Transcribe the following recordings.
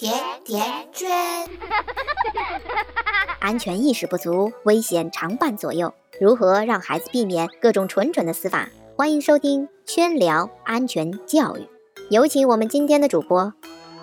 甜甜圈。 安全意识不足，危险常伴左右，如何让孩子避免各种蠢蠢的死法？欢迎收听圈聊安全教育，有请我们今天的主播。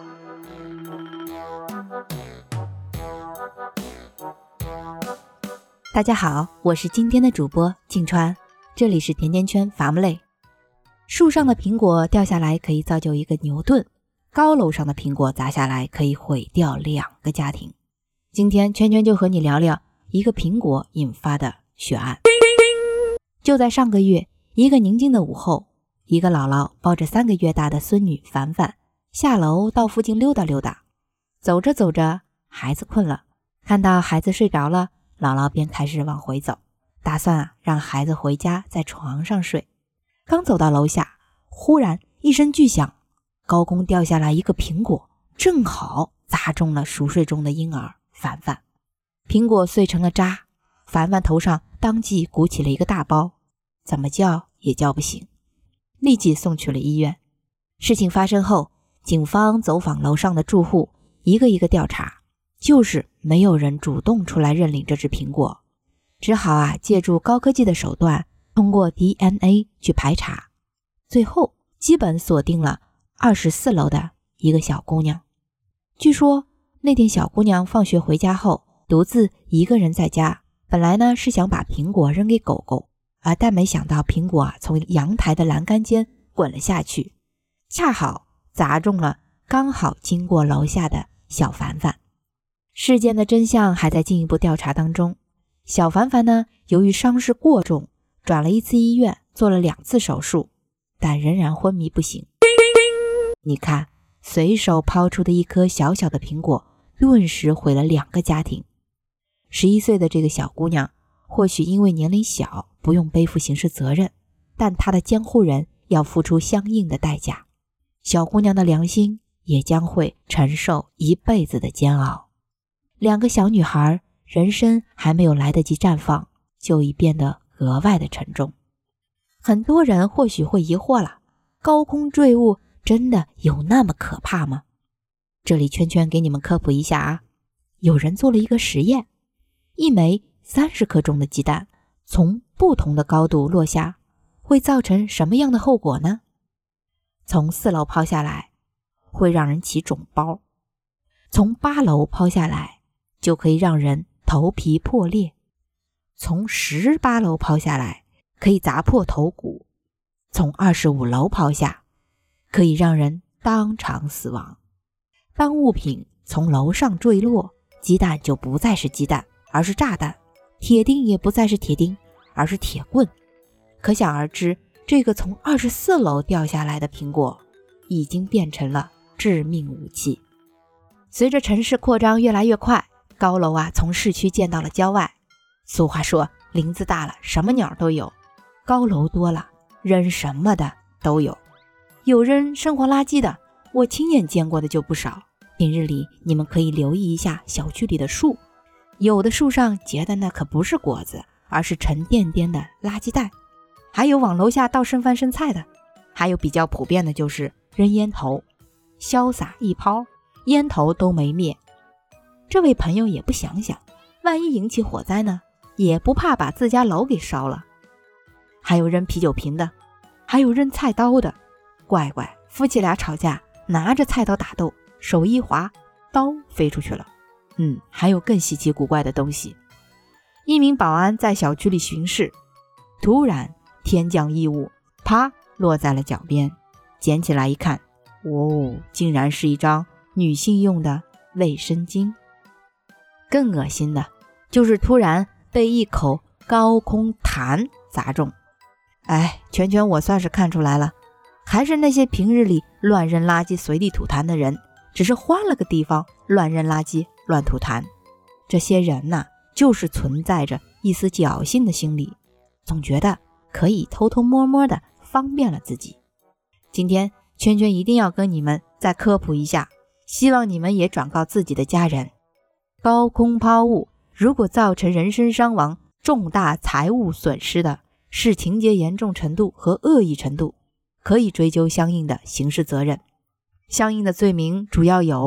大家好，我是今天的主播静川，这里是甜甜圈伐木累。树上的苹果掉下来可以造就一个牛顿，高楼上的苹果砸下来可以毁掉2个家庭。今天圈圈就和你聊聊一个苹果引发的血案。就在上个月，一个宁静的午后，一个姥姥抱着3个月大的孙女凡凡下楼到附近溜达溜达。走着走着，孩子困了，看到孩子睡着了，姥姥便开始往回走，打算让孩子回家在床上睡。刚走到楼下，忽然一声巨响，高空掉下来一个苹果，正好砸中了熟睡中的婴儿凡凡。苹果碎成了渣，凡凡头上当即鼓起了一个大包，怎么叫也叫不醒，立即送去了医院。事情发生后，警方走访楼上的住户，一个一个调查，就是没有人主动出来认领这只苹果，只好借助高科技的手段，通过 DNA 去排查，最后基本锁定了24楼的一个小姑娘。据说那天小姑娘放学回家后，独自一个人在家，本来呢是想把苹果扔给狗狗，但没想到苹果从阳台的栏杆间滚了下去，恰好砸中了刚好经过楼下的小凡凡。事件的真相还在进一步调查当中。小凡凡呢，由于伤势过重，转了1次医院，做了2次手术，但仍然昏迷不醒。你看，随手抛出的一颗小小的苹果，顿时毁了2个家庭。11岁的这个小姑娘，或许因为年龄小，不用背负刑事责任，但她的监护人要付出相应的代价。小姑娘的良心也将会承受一辈子的煎熬。2个小女孩，人生还没有来得及绽放，就已变得额外的沉重。很多人或许会疑惑了，高空坠物真的有那么可怕吗？这里圈圈给你们科普一下有人做了一个实验，一枚30克重的鸡蛋从不同的高度落下，会造成什么样的后果呢？从4楼抛下来，会让人起肿包；从8楼抛下来，就可以让人头皮破裂；从18楼抛下来，可以砸破头骨；从25楼抛下，可以让人当场死亡。当物品从楼上坠落，鸡蛋就不再是鸡蛋，而是炸弹；铁钉也不再是铁钉，而是铁棍。可想而知，这个从24楼掉下来的苹果已经变成了致命武器。随着城市扩张越来越快，高楼从市区建到了郊外。俗话说，林子大了，什么鸟都有。高楼多了，扔什么的都有。有扔生活垃圾的，我亲眼见过的就不少。平日里你们可以留意一下小区里的树，有的树上结的那可不是果子，而是沉甸甸的垃圾袋。还有往楼下倒剩饭剩菜的，还有比较普遍的就是扔烟头，潇洒一抛，烟头都没灭。这位朋友也不想想，万一引起火灾呢，也不怕把自家楼给烧了。还有扔啤酒瓶的，还有扔菜刀的，乖乖，夫妻俩吵架，拿着菜刀打斗，手一滑，刀飞出去了。还有更稀奇古怪的东西。一名保安在小区里巡视，突然天降异物，啪，落在了脚边，捡起来一看，竟然是一张女性用的卫生巾。更恶心的就是突然被一口高空痰砸中。圈圈我算是看出来了，还是那些平日里乱扔垃圾随地吐痰的人，只是换了个地方乱扔垃圾乱吐痰。这些人就是存在着一丝侥幸的心理，总觉得可以偷偷摸摸的方便了自己。今天圈圈一定要跟你们再科普一下，希望你们也转告自己的家人。高空抛物如果造成人身伤亡、重大财物损失的，视情节严重程度和恶意程度，可以追究相应的刑事责任。相应的罪名主要有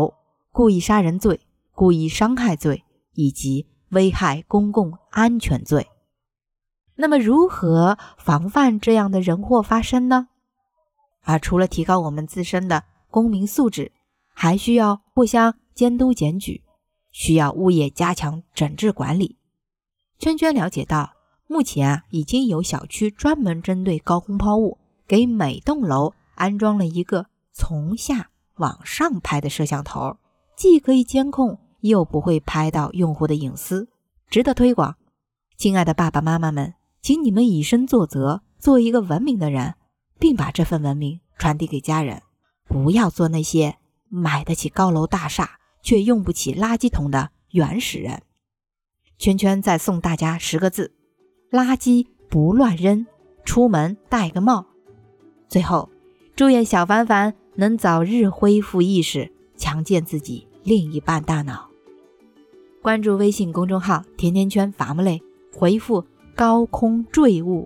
故意杀人罪、故意伤害罪以及危害公共安全罪。那么如何防范这样的人祸发生呢？除了提高我们自身的公民素质，还需要互相监督检举，需要物业加强整治管理。圈圈了解到，目前已经有小区专门针对高空抛物，给每栋楼安装了一个从下往上拍的摄像头，既可以监控，又不会拍到用户的隐私，值得推广。亲爱的爸爸妈妈们，请你们以身作则，做一个文明的人，并把这份文明传递给家人，不要做那些买得起高楼大厦却用不起垃圾桶的原始人。圈圈再送大家10个字：垃圾不乱扔，出门戴个帽。最后，祝愿小凡凡能早日恢复意识，强健自己另一半大脑。关注微信公众号甜甜圈伐木累，回复高空坠物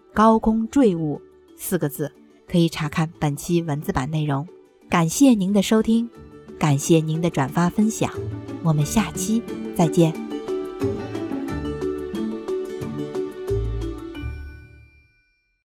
4个字，可以查看本期文字版内容。感谢您的收听，感谢您的转发分享，我们下期再见。